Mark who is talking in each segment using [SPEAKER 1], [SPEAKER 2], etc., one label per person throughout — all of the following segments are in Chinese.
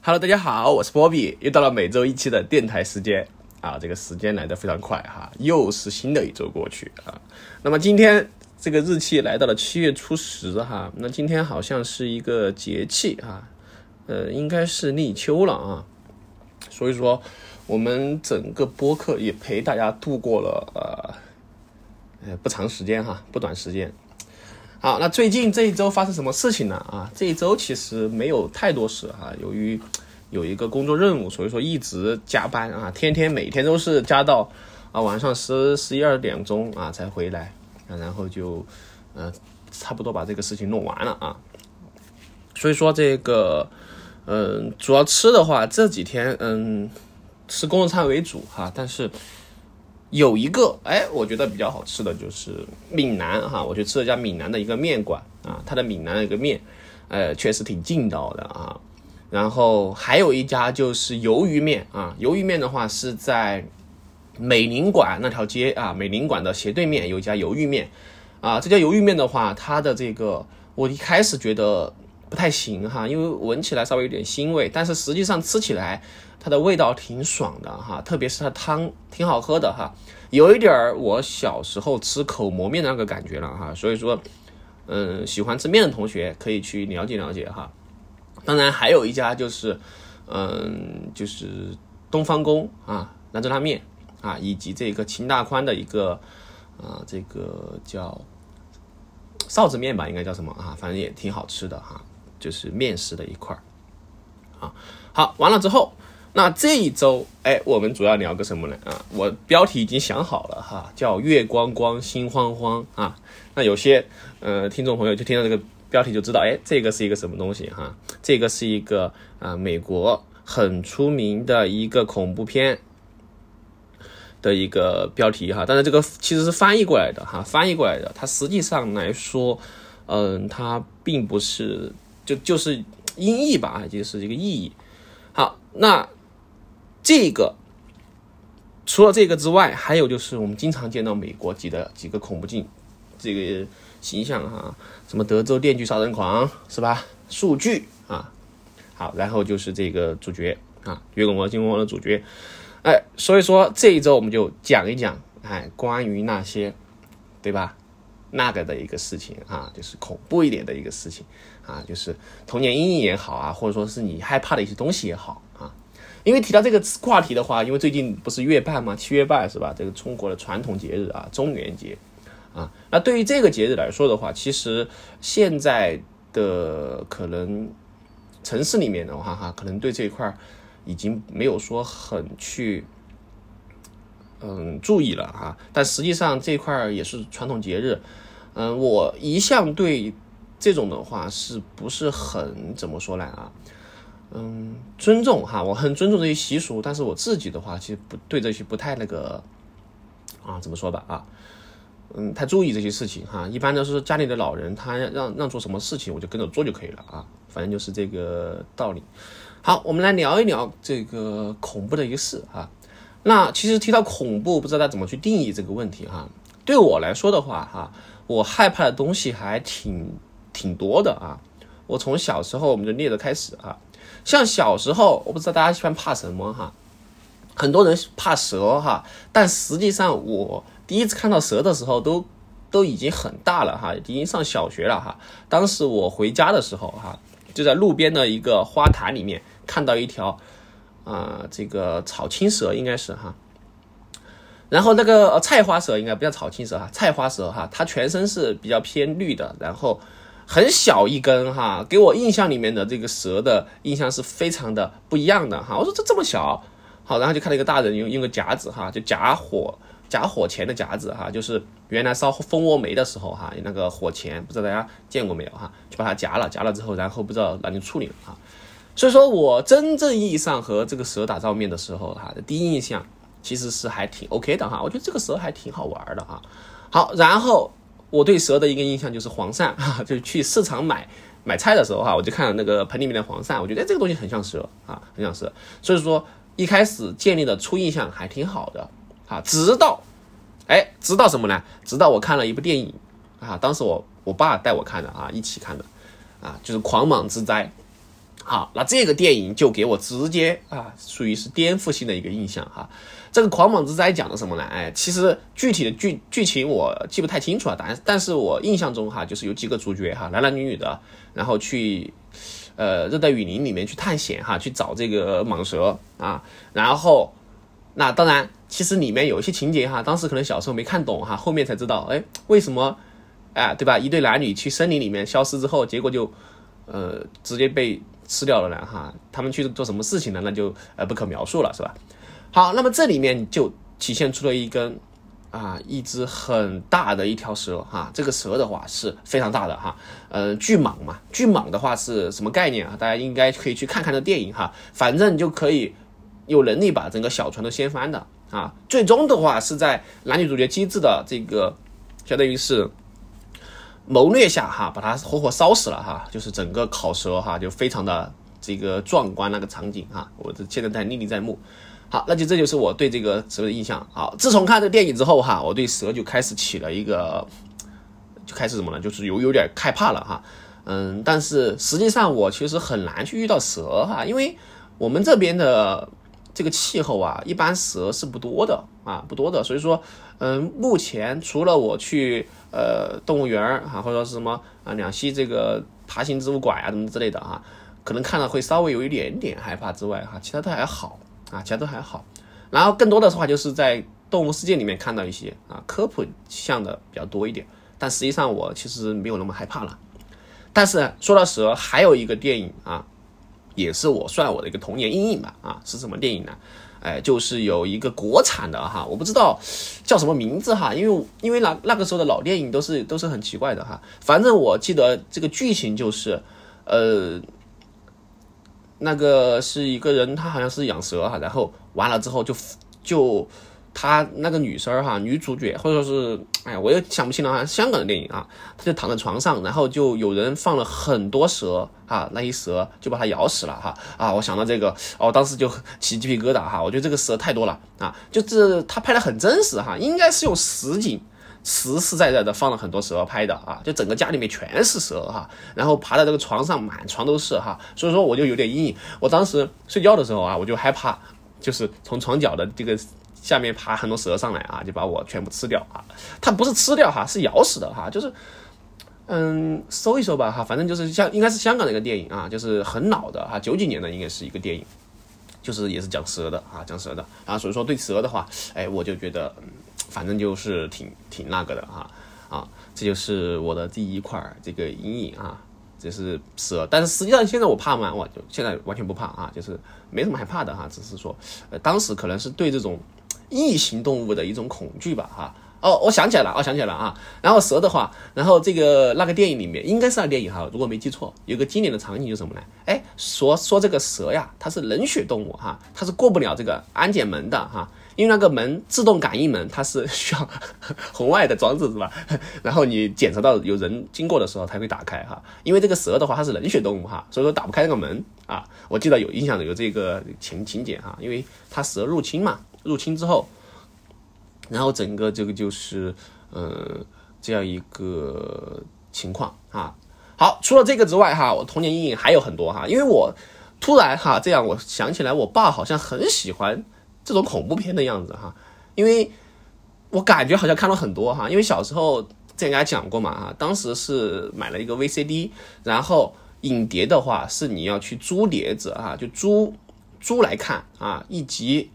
[SPEAKER 1] Hello， 大家好，我是波比，又到了每周一期的电台时间啊，这个时间来得非常快哈，又是新的一周过去啊。那么今天这个日期来到了7月初10哈，那今天好像是一个节气啊，应该是立秋了啊，所以说我们整个播客也陪大家度过了不长时间哈，不短时间。好，那最近这一周发生什么事情呢？啊，这一周其实没有太多事哈，由于有一个工作任务，所以说一直加班啊，每天都是加到晚上11、12点钟啊才回来然后就差不多把这个事情弄完了啊。所以说这个主要吃的话，这几天吃公肉餐为主哈，但是有一个我觉得比较好吃的就是闽南哈，我去吃了家闽南的一个面馆啊，它的闽南的一个面确实挺劲道的啊。然后还有一家就是鱿鱼面啊，鱿鱼面的话是在美林馆那条街啊，美林馆的斜对面有一家鱿鱼面啊。这家鱿鱼面的话，它的这个我一开始觉得不太行哈，因为闻起来稍微有点腥味，但是实际上吃起来它的味道挺爽的哈，特别是它汤挺好喝的哈，有一点我小时候吃口馍面的那个感觉了哈，所以说喜欢吃面的同学可以去了解了解哈。当然还有一家就是就是东方宫啊兰州拉面啊，以及这个秦大宽的一个这个叫臊子面吧，应该叫什么啊，反正也挺好吃的哈，就是面食的一块啊。好，完了之后，那这一周我们主要聊个什么呢啊？我标题已经想好了哈，叫月光光心慌慌啊。那有些听众朋友就听到这个标题就知道这个是一个什么东西哈。这个是一个美国很出名的一个恐怖片的一个标题哈，但是这个其实是翻译过来的哈，它实际上来说它并不是就是音译吧，就是这个意义。好，那这个除了这个之外，还有就是我们经常见到美国几个恐怖这个形象哈，什么德州电锯杀人狂是吧？数据啊，好，然后就是这个主角啊，月光光心慌慌的主角。所以说这一周我们就讲一讲关于那些对吧那个的一个事情啊，就是恐怖一点的一个事情啊，就是童年阴影也好啊，或者说是你害怕的一些东西也好啊。因为提到这个话题的话，因为最近不是月半吗？7月半是吧？这个中国的传统节日啊，中元节啊。那对于这个节日来说的话，其实现在的可能城市里面的话哈，可能对这一块已经没有说很去注意了啊，但实际上这块也是传统节日。我一向对这种的话是不是很怎么说来啊？尊重哈，我很尊重这些习俗，但是我自己的话其实不对这些不太那个怎么说吧啊，太注意这些事情哈。一般都是家里的老人他让做什么事情，我就跟着做就可以了啊，反正就是这个道理。好，我们来聊一聊这个恐怖的一个事啊。那其实提到恐怖，不知道大家怎么去定义这个问题哈。对我来说的话哈，我害怕的东西还挺多的啊。我从小时候我们就列着开始啊。像小时候，我不知道大家喜欢怕什么哈，很多人怕蛇哈，但实际上我第一次看到蛇的时候都已经很大了哈，已经上小学了哈。当时我回家的时候哈，就在路边的一个花坛里面看到一条这个草青蛇应该是哈，然后那个菜花蛇应该不叫草青蛇哈，菜花蛇哈，它全身是比较偏绿的，然后很小一根哈，给我印象里面的这个蛇的印象是非常的不一样的哈。我说这么小，好，然后就看到一个大人用个夹子哈，就夹火钳的夹子哈，就是原来烧蜂窝煤的时候哈，那个火钳不知道大家见过没有哈，就把它夹了之后，然后不知道哪里处理了哈。所以说我真正意义上和这个蛇打照面的时候哈，的第一印象其实是还挺 OK 的哈，我觉得这个蛇还挺好玩的啊。好，然后我对蛇的一个印象就是黄鳝哈，就去市场买菜的时候哈，我就看到那个盆里面的黄鳝，我觉得这个东西很像蛇啊，很像蛇。所以说一开始建立的初印象还挺好的啊，直到什么呢？直到我看了一部电影啊，当时我爸带我看的啊，一起看的啊，就是《狂蟒之灾》 好，那这个电影就给我直接属于是颠覆性的一个印象哈。这个狂蟒之灾讲的什么呢？其实具体的剧情我记不太清楚但是我印象中就是有几个主角男男女女的，然后去热带雨林里面去探险去找这个蟒蛇然后那当然其实里面有一些情节当时可能小时候没看懂后面才知道为什么对吧？一对男女去森林里面消失之后，结果就直接被吃掉了呢他们去做什么事情呢？那就不可描述了，是吧？好，那么这里面就体现出了一只很大的一条蛇这个蛇的话是非常大的巨蟒嘛，巨蟒的话是什么概念大家应该可以去看看这电影反正就可以有能力把整个小船都掀翻的最终的话是在男女主角机智的这个相当于是谋略下把它活活烧死了就是整个烤蛇就非常的这个壮观那个场景我现在历历在目。好，那这就是我对这个蛇的印象。好，自从看这个电影之后我对蛇就开始起了就开始什么呢？就是有点害怕了但是实际上我其实很难去遇到蛇因为我们这边的这个气候一般蛇是不多的所以说目前除了我去动物园或者是什么两栖这个爬行植物馆什么之类的可能看了会稍微有一点点害怕之外其他都还好然后更多的话就是在动物世界里面看到一些科普项的比较多一点，但实际上我其实没有那么害怕了。但是说到蛇，还有一个电影也是我的一个童年阴影吧是什么电影呢？就是有一个国产的我不知道叫什么名字因为那个时候的老电影都是很奇怪的反正我记得这个剧情就是那个是一个人，他好像是养蛇然后完了之后就他那个女生女主角或者说是我也想不起了香港的电影他就躺在床上，然后就有人放了很多蛇那一蛇就把他咬死了我想到这个当时就起鸡皮疙瘩我觉得这个蛇太多了就是他拍得很真实应该是用实景实实在在的放了很多蛇拍的就整个家里面全是蛇然后爬在这个床上满床都是所以说我就有点阴影。我当时睡觉的时候我就害怕，就是从床角的这个下面爬很多蛇上来就把我全部吃掉它不是吃掉是咬死的就是搜一搜吧反正就是应该是香港的一个电影就是很老的90几年的应该是一个电影，就是也是讲蛇的所以说对蛇的话我就觉得反正就是挺那个的这就是我的第一块这个阴影这是蛇。但是实际上现在我怕吗？我就现在完全不怕就是没什么害怕的只是说当时可能是对这种异形动物的一种恐惧吧我想起来了然后蛇的话，然后那个电影里面应该是那个电影如果没记错，有个经典的场景就是什么呢？说这个蛇它是冷血动物它是过不了这个安检门的因为那个门自动感应门它是需要红外的装置是吧？然后你检测到有人经过的时候才会打开因为这个蛇的话它是冷血动物所以说打不开那个门我记得有印象的有这个情节因为它蛇入侵之后，然后整个这个就是这样一个情况好，除了这个之外我童年阴影还有很多因为我突然这样我想起来我爸好像很喜欢这种恐怖片的样子因为我感觉好像看了很多因为小时候之前跟大家讲过嘛当时是买了一个 VCD， 然后影碟的话是你要去租碟子就租来看一集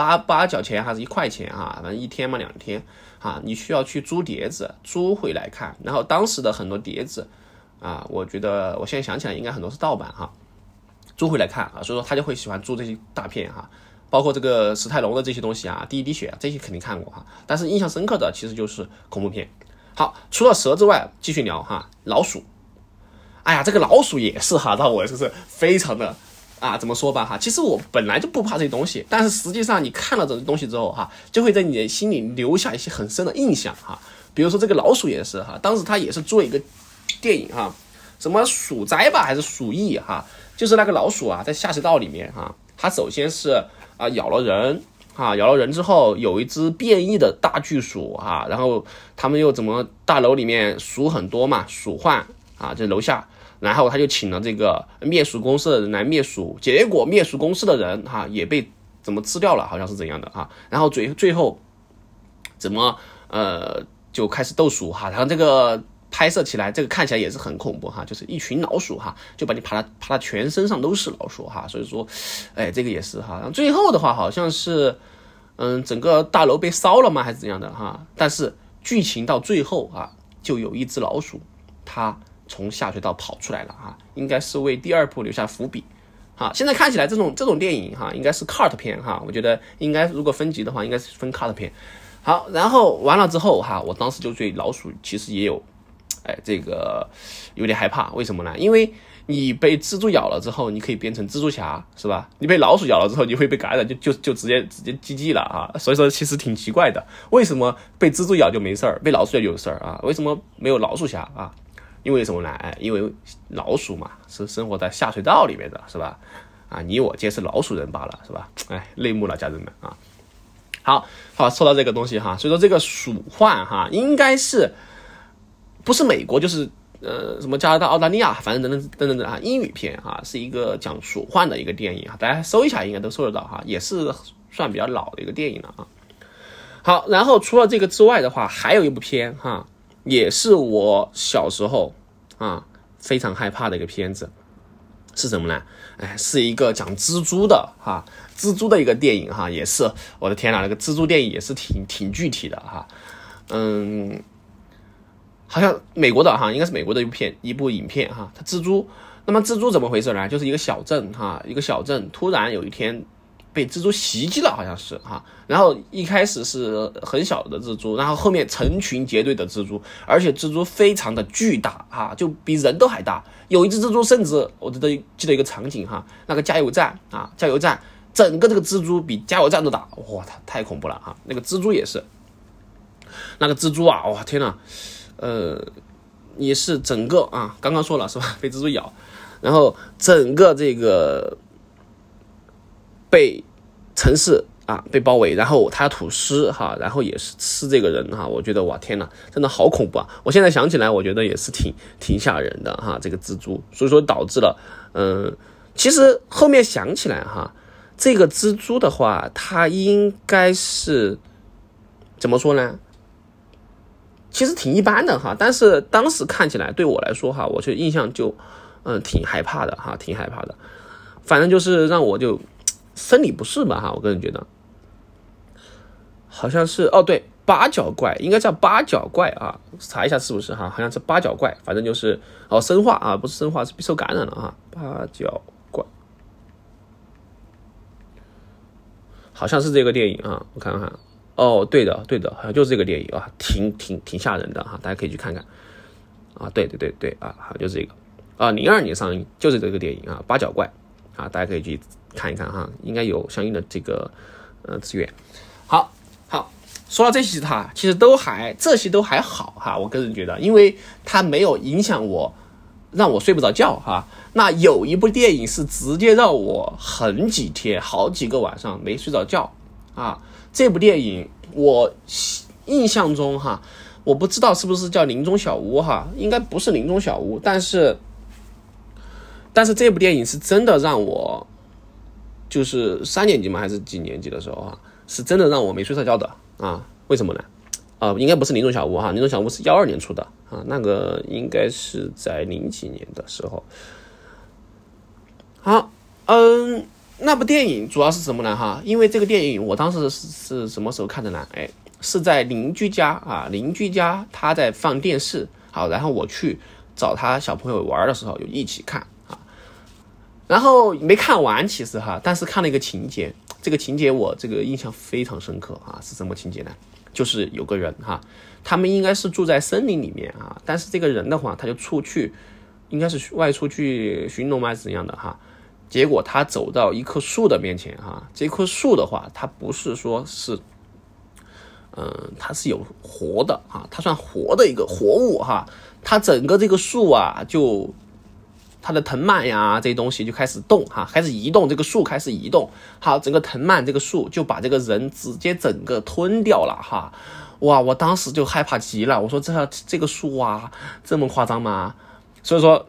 [SPEAKER 1] 8角钱还是1块钱反正1天嘛2天你需要去租碟子租回来看，然后当时的很多碟子我觉得我现在想起来应该很多是盗版租回来看所以说他就会喜欢租这些大片包括这个史泰龙的这些东西第一滴血这些肯定看过但是印象深刻的其实就是恐怖片。好，除了蛇之外继续聊老鼠。这个老鼠也是让我就是非常的怎么说吧其实我本来就不怕这些东西，但是实际上你看了这些东西之后就会在你的心里留下一些很深的印象比如说这个老鼠也是当时他也是做一个电影什么鼠灾吧还是鼠疫就是那个老鼠在下水道里面它首先是咬了人之后有一只变异的大巨鼠然后他们又怎么大楼里面鼠很多嘛，鼠患这楼下然后他就请了这个灭鼠公司的人来灭鼠，结果灭鼠公司的人哈也被怎么吃掉了，好像是怎样的哈，然后最后怎么就开始斗鼠哈，然后这个拍摄起来，这个看起来也是很恐怖哈，就是一群老鼠哈，就把你爬它全身上都是老鼠哈，所以说，这个也是哈，然后最后的话好像是，整个大楼被烧了吗，还是怎样的哈？但是剧情到最后啊，就有一只老鼠，它从下水道跑出来了哈，应该是为第2部留下伏笔。好，现在看起来这种电影哈，应该是 cut 片哈，我觉得应该如果分级的话，应该是分 cut 片。好，然后完了之后哈，我当时就对老鼠其实也有，这个有点害怕，为什么呢？因为你被蜘蛛咬了之后，你可以变成蜘蛛侠，是吧？你被老鼠咬了之后，你会被感染，就直接 GG 了啊！所以说其实挺奇怪的，为什么被蜘蛛咬就没事儿，被老鼠咬就有事儿啊？为什么没有老鼠侠啊？因为什么呢？因为老鼠嘛是生活在下水道里面的，是吧？啊，你我皆是老鼠人罢了，是吧？泪目了，家人们啊！好，说到这个东西哈，所以说这个鼠患哈，应该是不是美国就是什么加拿大、澳大利亚，反正等等啊，英语片哈，是一个讲鼠患的一个电影哈，大家搜一下应该都搜得到哈，也是算比较老的一个电影了啊。好，然后除了这个之外的话，还有一部片哈，也是我小时候啊非常害怕的一个片子，是什么呢？是一个讲蜘蛛的哈，蜘蛛的一个电影哈，也是我的天哪，那个蜘蛛电影也是挺具体的哈，好像美国的哈，应该是美国的一部影片哈，它蜘蛛，那么蜘蛛怎么回事呢？就是一个小镇哈，一个小镇突然有一天被蜘蛛袭击了，好像是哈，然后一开始是很小的蜘蛛，然后后面成群结队的蜘蛛，而且蜘蛛非常的巨大哈，就比人都还大。有一只蜘蛛甚至我记得一个场景哈，那个加油站啊，加油站整个这个蜘蛛比加油站都大，哇，太恐怖了哈！那个蜘蛛也是，那个蜘蛛啊，哇天哪，也是整个啊，刚刚说了是吧？被蜘蛛咬，然后整个这个被城市啊被包围，然后他吐尸哈，然后也是吃这个人哈，我觉得哇天哪，真的好恐怖啊！我现在想起来，我觉得也是挺吓人的哈，这个蜘蛛，所以说导致了其实后面想起来哈，这个蜘蛛的话，它应该是怎么说呢？其实挺一般的哈，但是当时看起来对我来说哈，我就印象就挺害怕的哈，挺害怕的，反正就是让我就生理不适吧哈，我个人觉得好像是对，八角怪应该叫八角怪啊，查一下是不是哈，好像是八角怪，反正就是生化啊，不是生化是受感染了哈，八角怪好像是这个电影啊，我看看。对的，好像就是这个电影啊，挺吓人的哈，大家可以去看看啊，对啊，好就是这个啊，02年上映，就是这个电影啊，八角怪啊，大家可以去看一看哈，应该有相应的这个资源。好，说到这些哈，其实这些都还好哈，我个人觉得，因为它没有影响我，让我睡不着觉哈。那有一部电影是直接让我几天好几个晚上没睡着觉啊。这部电影我印象中哈，我不知道是不是叫林中小屋哈，应该不是林中小屋，但是这部电影是真的让我就是3年级嘛还是几年级的时候哈，是真的让我没睡着觉的啊。为什么呢？应该不是林中小屋哈，林中小屋是12年出的啊，那个应该是在00几年的时候。好，那部电影主要是什么呢哈？因为这个电影我当时是什么时候看的呢？是在邻居家他在放电视，好，然后我去找他小朋友玩的时候就一起看啊，然后没看完其实哈，但是看了一个情节，这个情节我这个印象非常深刻啊，是什么情节呢？就是有个人哈，他们应该是住在森林里面啊，但是这个人的话他就应该是外出去寻龙还是怎样的哈。结果他走到一棵树的面前哈，这棵树的话，它不是说是，它是有活的哈，它算活的一个活物哈，它整个这个树啊，就它的藤蔓呀这些东西就开始动哈，开始移动，这个树开始移动，好，整个藤蔓这个树就把这个人直接整个吞掉了哈，哇，我当时就害怕极了，我说这个树啊这么夸张吗？所以说。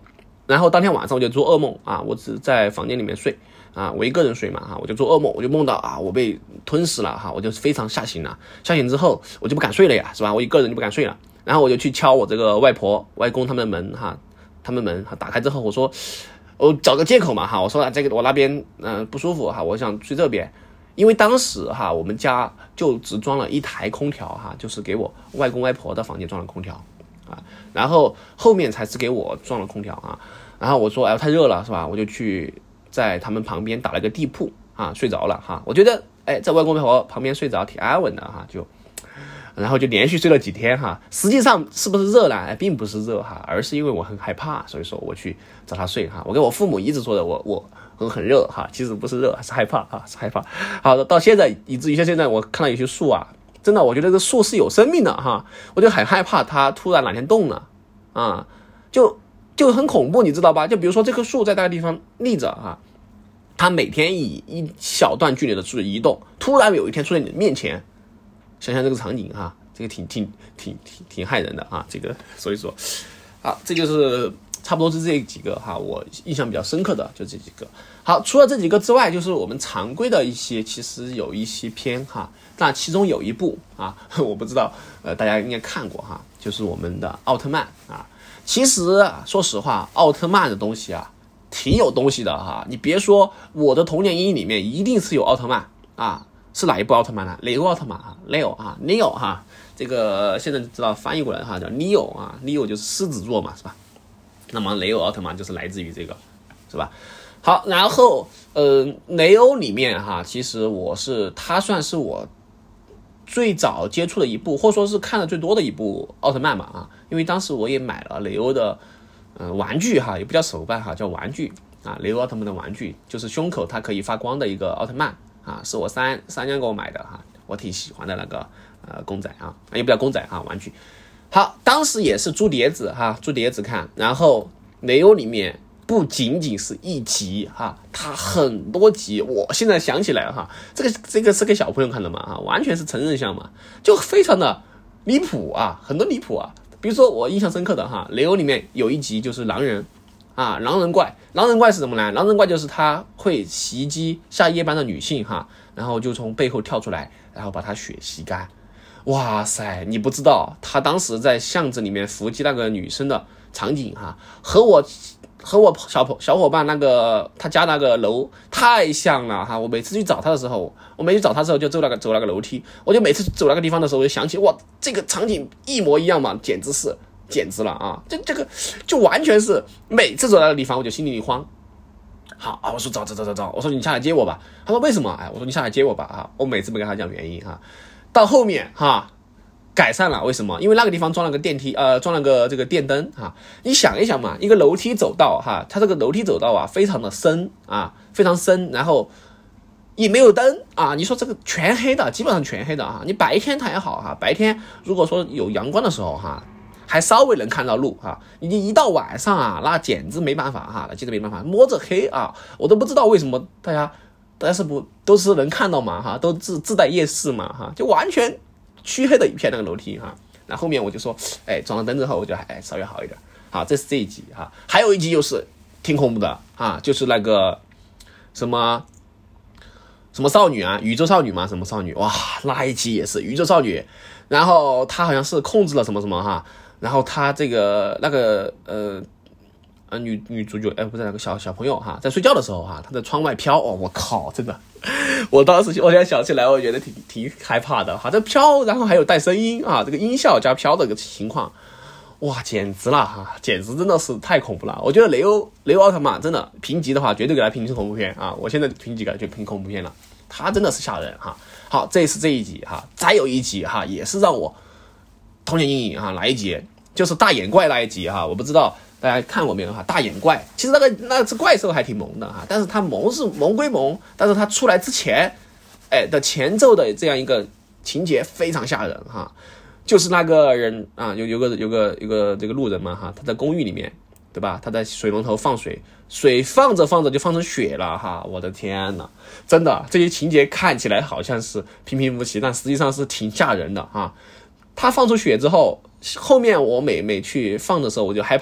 [SPEAKER 1] 然后当天晚上我就做噩梦啊，我只在房间里面睡啊，我一个人睡嘛哈，我就做噩梦，我就梦到啊我被吞噬了哈，我就非常吓醒了。吓醒之后我就不敢睡了呀，是吧？我一个人就不敢睡了。然后我就去敲我这个外婆外公他们的门哈，他们门打开之后，我说我找个借口嘛哈，我说这个我那边不舒服哈，我想睡这边。因为当时哈我们家就只装了一台空调哈，就是给我外公外婆的房间装了空调啊，然后后面才是给我装了空调啊。然后我说太热了是吧？我就去在他们旁边打了个地铺啊，睡着了哈。我觉得在外公外婆旁边睡着挺安稳的哈，然后就连续睡了几天哈。实际上是不是热呢？并不是热哈，而是因为我很害怕，所以说我去找他睡哈。我跟我父母一直说的我很热哈，其实不是热，是害怕哈，是害怕。好的，到现在以至于像现在我看到有些树啊，真的我觉得这个树是有生命的哈，我就很害怕它突然哪天动了啊，就很恐怖，你知道吧？就比如说这棵树在那个地方立着啊，它每天以一小段距离的去移动，突然有一天出现你的面前，想象这个场景哈，这个挺害人的啊，这个所以说啊，这就是差不多是这几个哈，我印象比较深刻的就这几个。好，除了这几个之外，就是我们常规的一些，其实有一些篇哈，那其中有一部啊，我不知道大家应该看过哈，就是我们的奥特曼啊。其实说实话，奥特曼的东西啊，挺有东西的哈。你别说，我的童年阴影里面一定是有奥特曼啊。是哪一部奥特曼呢？雷欧奥特曼啊 ，Neo 哈，这个现在知道翻译过来哈，叫 Neo 啊 ，Neo 就是狮子座嘛，是吧？那么雷欧奥特曼就是来自于这个，是吧？好，然后雷欧里面哈，其实他算是我最早接触的一部，或者说是看的最多的一部奥特曼嘛啊，因为当时我也买了雷欧的玩具哈，也不叫手办哈，叫玩具啊，雷欧奥特曼的玩具，就是胸口它可以发光的一个奥特曼啊，是我三娘给我买的哈，我挺喜欢的那个公仔啊，也不叫公仔啊，玩具。好，当时也是租碟子看，然后雷欧里面不仅仅是一集哈，它很多集。我现在想起来哈，这个是给小朋友看的嘛哈，完全是成人向嘛，就非常的离谱啊，很多离谱啊。比如说我印象深刻的哈，雷欧里面有一集就是狼人啊，狼人怪是什么呢？狼人怪就是他会袭击下夜班的女性哈，然后就从背后跳出来，然后把她血吸干。哇塞，你不知道他当时在巷子里面伏击那个女生的场景哈，和我小伙伴那个他家那个楼太像了哈。我每次去找他的时候，就走那个楼梯，我就每次走那个地方的时候，我就想起哇，这个场景一模一样嘛，简直了啊！这个就完全是每次走那个地方，我就心里慌。好啊，我说走，我说你下来接我吧。他说为什么？我说你下来接我吧啊！我每次不跟他讲原因哈。到后面哈改善了，为什么？因为那个地方装了个电梯，装了个这个电灯哈。你想一想嘛，一个楼梯走道哈，它这个楼梯走道啊非常的深啊，非常深，然后也没有灯啊。你说这个全黑的，基本上全黑的啊。你白天它也好哈，白天如果说有阳光的时候哈，还稍微能看到路哈。你一到晚上啊，那简直没办法哈，摸着黑啊，我都不知道为什么大家是不都是能看到嘛哈，都自带夜视嘛哈，就完全黢黑的一片那个楼梯哈。然后后面我就说，装了灯之后我就稍微好一点。好，这是这一集哈，还有一集又是挺恐怖的啊，就是那个什么少女啊，宇宙少女嘛，什么少女哇，那一集也是宇宙少女，然后她好像是控制了什么哈，然后她这个那个女主角不是那个小朋友哈，在睡觉的时候哈，她在窗外飘我靠，真的，我当时我现在想起来，我觉得挺害怕的哈，这飘，然后还有带声音啊，这个音效加飘的一个情况，哇，简直了哈，简直真的是太恐怖了。我觉得雷欧奥特曼真的评级的话，绝对给他评成恐怖片啊！我现在评级就评恐怖片了，他真的是吓人哈。好，这是这一集哈，再有一集哈，也是让我童年阴影哈，哪一集？就是大眼怪那一集哈，我不知道大家看过没有哈？大眼怪，其实那只怪兽还挺萌的哈，但是它萌是萌归萌，但是它出来之前，的前奏的这样一个情节非常吓人哈，就是那个人啊，有个这个路人嘛哈，他在公寓里面，对吧？他在水龙头放水放着就放成血了哈，我的天哪，真的这些情节看起来好像是平平无奇，但实际上是挺吓人的哈。他放出血之后，后面我每去放的时候，我就害怕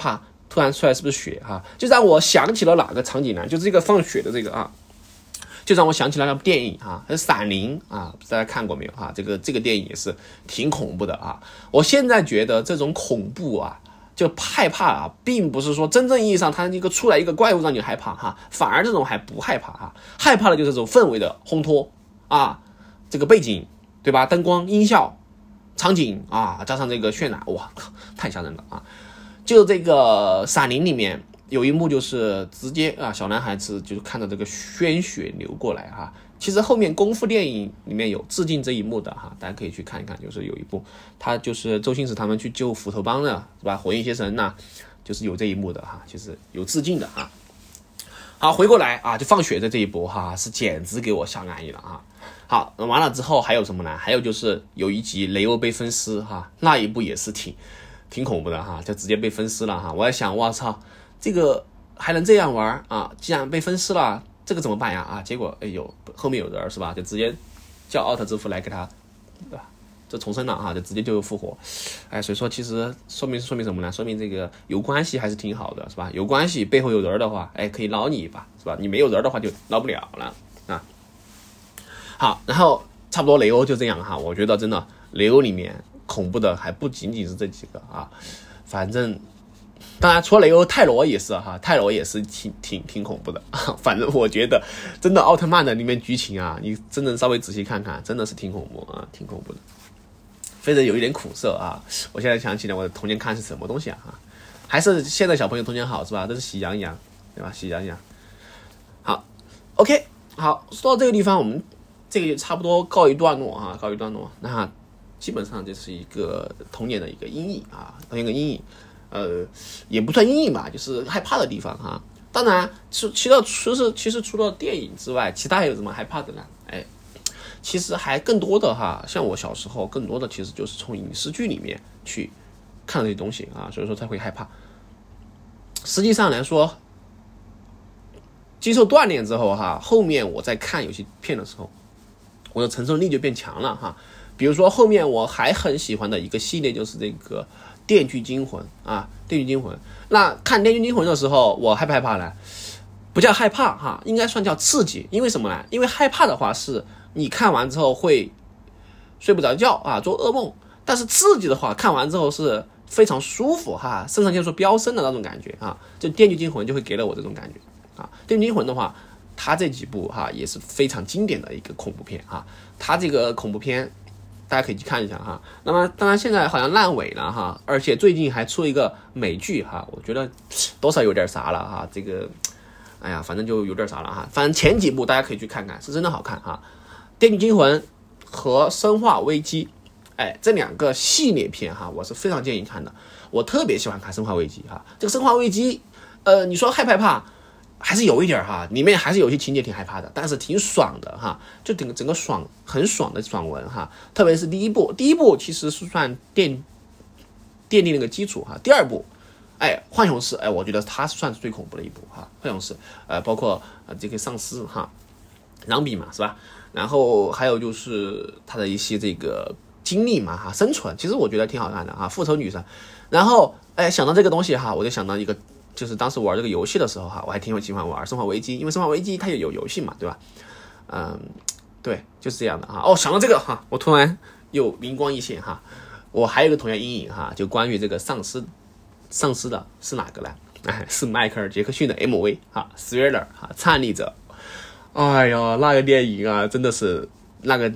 [SPEAKER 1] 突然出来是不是血哈，就让我想起了哪个场景呢？就是这个放血的这个啊，就让我想起了那部电影啊，是《闪灵》啊，不知道大家看过没有哈？这个电影也是挺恐怖的啊。我现在觉得这种恐怖啊，就害怕啊，并不是说真正意义上它一个出来一个怪物让你害怕哈，反而这种还不害怕哈，害怕的就是这种氛围的烘托啊，这个背景对吧？灯光、音效、场景啊，加上这个渲染，哇，太吓人了啊！就这个《闪灵》里面有一幕就是直接啊，小男孩子就是看着这个鲜血流过来哈。其实后面功夫电影里面有致敬这一幕的哈，大家可以去看一看。就是有一部，他就是周星驰他们去救斧头帮的是吧？火影邪神呐，就是有这一幕的哈，就是有致敬的哈。好，回过来啊，就放血的这一波哈，是简直给我吓安逸了啊。好，完了之后还有什么呢？还有就是有一集雷欧被分尸哈，那一部也是挺恐怖的哈，就直接被分尸了哈。我在想，我操，这个还能这样玩啊？既然被分尸了，这个怎么办呀？啊，结果哎呦，后面有人是吧？就直接叫奥特之父来给他，对吧？这重生了哈，就直接就复活。哎，所以说其实说明什么呢？说明这个有关系还是挺好的，是吧？有关系背后有人的话，哎，可以捞你一把，是吧？你没有人的话就捞不了了啊。好，然后差不多雷欧就这样哈，我觉得真的雷欧里面恐怖的还不仅仅是这几个啊，反正当然除了雷欧，泰罗也是哈，泰罗也是挺恐怖的。反正我觉得真的奥特曼的里面剧情啊，你真的稍微仔细看看，真的是挺恐怖啊，挺恐怖的，非常有一点苦涩啊。我现在想起来我的童年看是什么东西啊？还是现在小朋友童年好是吧？都是喜羊羊对吧？喜羊羊。好 ，OK， 好，说到这个地方，我们这个就差不多告一段落啊，告一段落。那基本上这是一个童年的一个阴影啊，童年的阴影，也不算阴影吧，就是害怕的地方哈。当然，其实除了电影之外，其他还有什么害怕的呢？哎，其实还更多的哈，像我小时候更多的其实就是从影视剧里面去看这些东西啊，所以说才会害怕。实际上来说，经受锻炼之后哈，后面我在看有些片的时候，我的承受力就变强了哈。比如说后面我还很喜欢的一个系列就是这个《电锯惊魂》啊，《电锯惊魂》。那看《电锯惊魂》的时候，我害不害怕呢？不叫害怕哈，应该算叫刺激。因为什么呢？因为害怕的话是你看完之后会睡不着觉啊，做噩梦。但是刺激的话，看完之后是非常舒服哈，肾上腺素飙升的那种感觉啊。就《电锯惊魂》就会给了我这种感觉啊。《电锯惊魂》的话，它这几部哈也是非常经典的一个恐怖片哈。它这个恐怖片大家可以去看一下哈。那么当然现在好像烂尾了哈，而且最近还出一个美剧哈，我觉得多少有点啥了哈。这个哎呀，反正就有点啥了哈。反正前几部大家可以去看看，是真的好看哈。《电锯惊魂》和《生化危机》，哎，这两个系列片哈，我是非常建议看的。我特别喜欢看《生化危机》哈。这个《生化危机》，你说害不害怕？还是有一点哈，里面还是有些情节挺害怕的，但是挺爽的哈，就整个很爽的爽文哈。特别是第一部其实是算奠定那个基础哈。第二部，哎，浣熊市，哎，我觉得它算是最恐怖的一部哈。浣熊市，包括这个丧尸哈，狼比嘛是吧？然后还有就是它的一些这个经历嘛哈，生存，其实我觉得挺好看的哈。复仇女神，然后哎想到这个东西哈，我就想到一个。就是当时玩这个游戏的时候哈，我还挺喜欢玩《生化危机》，因为《生化危机》它也有游戏嘛，对吧？对，就是这样的哈。哦，想到这个哈，我突然又灵光一现哈，我还有一个童年阴影哈，就关于这个丧尸的是哪个呢？哎，是迈克尔·杰克逊的 MV 哈 ，Thriller 哈，颤栗者。哎呀，那个电影啊，真的是那个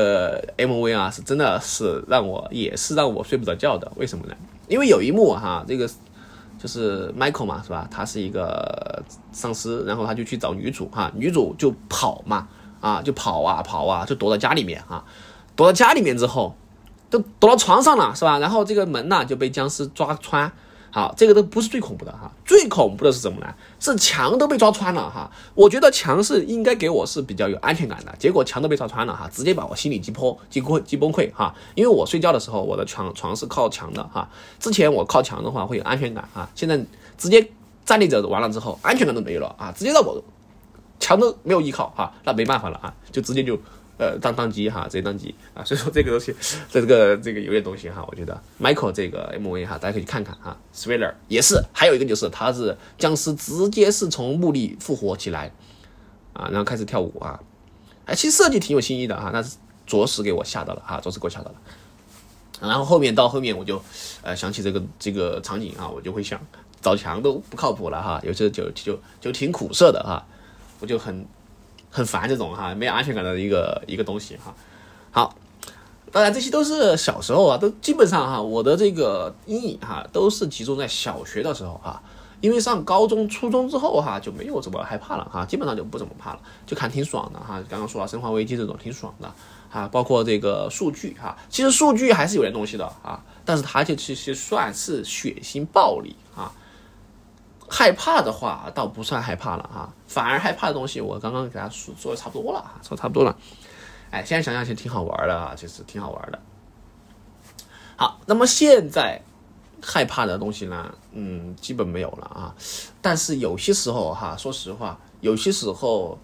[SPEAKER 1] MV 啊，是真的是让我睡不着觉的。为什么呢？因为有一幕哈，这个。就是 Michael 嘛，是吧？他是一个丧尸，然后他就去找女主哈，女主就跑嘛，就跑啊，就躲到家里面哈，躲到家里面之后，都躲到床上了，是吧？然后这个门呢就被僵尸抓穿。好，这个都不是最恐怖的哈，最恐怖的是什么呢？是墙都被抓穿了哈。我觉得墙是应该给我是比较有安全感的，结果墙都被抓穿了哈，直接把我心里击崩溃哈。因为我睡觉的时候，我的床是靠墙的哈。之前我靠墙的话会有安全感哈，现在直接站立着完了之后，安全感都没有了啊，直接让我墙都没有依靠哈，那没办法了啊，就直接就当机哈，直接当机啊。所以说这个东西，这个有点东西哈，我觉得 Michael 这个 MV 哈，大家可以去看看哈。Thriller 也是，还有一个就是他是僵尸直接是从墓里复活起来啊，然后开始跳舞啊，其实设计挺有新意的哈，那是着实给我吓到了哈，着实给我吓到了。然后后面我就想起这个场景啊，我就会想找墙都不靠谱了哈，有时候就挺苦涩的哈，我就很烦这种哈没有安全感的一个东西哈。好，当然这些都是小时候啊，都基本上哈，我的这个阴影哈都是集中在小学的时候哈，因为上高中、初中之后哈就没有怎么害怕了哈，基本上就不怎么怕了，就看挺爽的哈。刚刚说了《生化危机》这种挺爽的啊，包括这个数据哈，其实数据还是有点东西的啊，但是它就其实算是血腥暴力啊。害怕的话倒不算害怕了哈，反而害怕的东西我刚刚给大家说的差不多了，说差不多了。现在想想其实挺好玩的啊，其实挺好玩的。好，那么现在害怕的东西呢，基本没有了啊。但是有些时候哈，说实话，有些时候，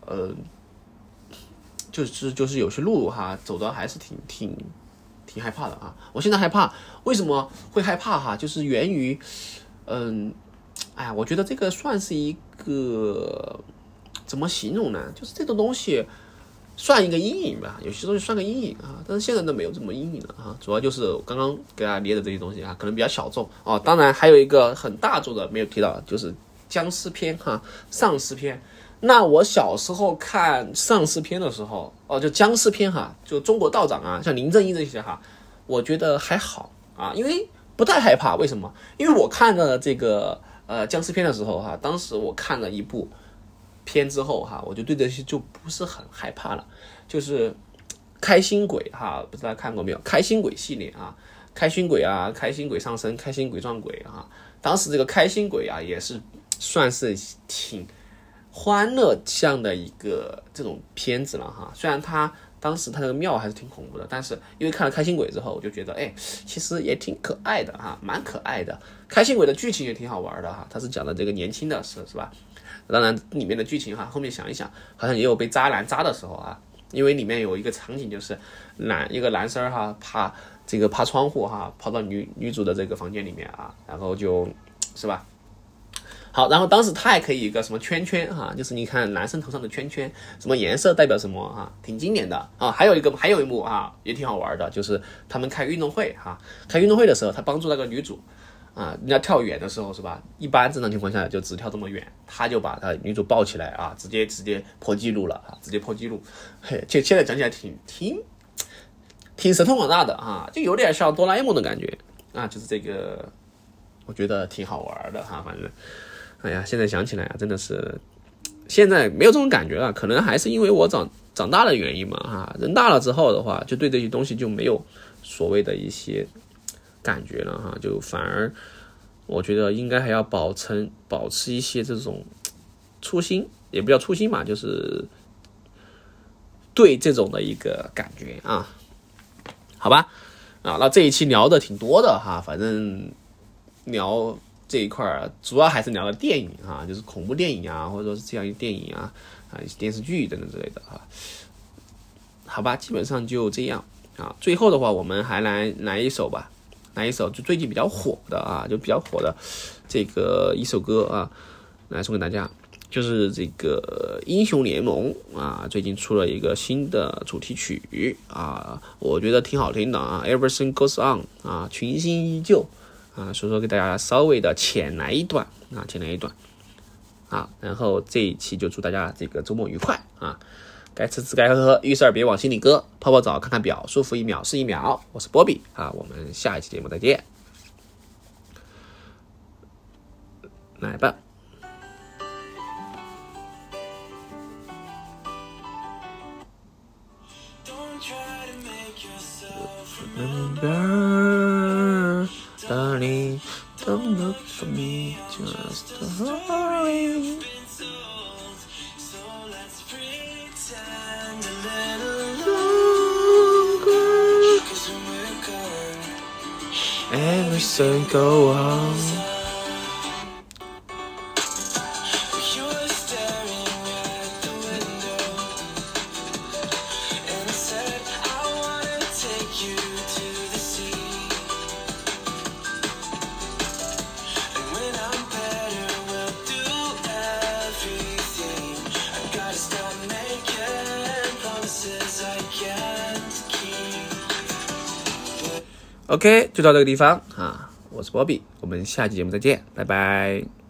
[SPEAKER 1] 就是有些路哈，走的还是挺害怕的啊。我现在害怕，为什么会害怕哈？就是源于，我觉得这个算是一个怎么形容呢？就是这种东西算一个阴影吧，有些东西算个阴影啊，但是现在都没有这么阴影了啊。主要就是我刚刚给大家列的这些东西啊，可能比较小众哦。当然还有一个很大众的没有提到，就是僵尸片哈，丧尸片。那我小时候看丧尸片的时候，就僵尸片哈，就中国道长啊，像林正英这些哈，我觉得还好啊，因为不太害怕。为什么？因为我看的这个僵尸片的时候哈，当时我看了一部片之后哈，我就对这些就不是很害怕了。就是开心鬼哈，不知道大家看过没有？开心鬼系列啊，开心鬼啊，开心鬼上身，开心鬼撞鬼啊。当时这个开心鬼啊，也是算是挺欢乐向的一个这种片子了哈。虽然当时他那个庙还是挺恐怖的，但是因为看了开心鬼之后，我就觉得其实也挺可爱的哈，蛮可爱的。开心鬼的剧情也挺好玩的哈，他是讲的这个年轻的事是吧？当然里面的剧情哈，后面想一想，好像也有被渣男渣的时候啊。因为里面有一个场景，就是一个男生哈爬窗户哈，跑到女主的这个房间里面啊，然后就是吧。好，然后当时他还可以一个什么圈圈哈，就是你看男生头上的圈圈，什么颜色代表什么哈，挺经典的啊。还有一幕啊，也挺好玩的，就是他们开运动会哈，开运动会的时候，他帮助那个女主。人家跳远的时候是吧？一般正常情况下就只跳这么远，他就把他女主抱起来啊，直接破纪录了啊，直接破纪录。现在讲起来挺神通广大的啊，就有点像哆啦 A 梦的感觉啊，就是这个，我觉得挺好玩的哈。反正，现在想起来啊，真的是现在没有这种感觉了，可能还是因为我长大的原因嘛哈。人大了之后的话，就对这些东西就没有所谓的一些感觉了哈，就反而我觉得应该还要保持一些这种初心，也不叫初心嘛，就是对这种的一个感觉啊，好吧那这一期聊的挺多的哈，反正聊这一块主要还是聊的电影啊，就是恐怖电影啊，或者说是这样一电影啊电视剧等等之类的哈，好吧，基本上就这样啊。最后的话，我们还来一首吧。来一首就最近比较火的啊，就比较火的这个一首歌啊，来送给大家，就是这个英雄联盟啊，最近出了一个新的主题曲啊，我觉得挺好听的啊 ，Everything Goes On 啊，群星依旧啊，所以说给大家稍微的浅来一段啊，然后这一期就祝大家这个周末愉快啊。该吃吃该喝喝，遇事儿别往心里搁，泡泡澡看看表，舒服1秒是1秒。我是波比啊，我们下一期节目再见，来吧。Darling, don't look for me, just hurry. Everything go on. OK， 就到这个地方啊，我是 Bobby， 我们下期节目再见，拜拜。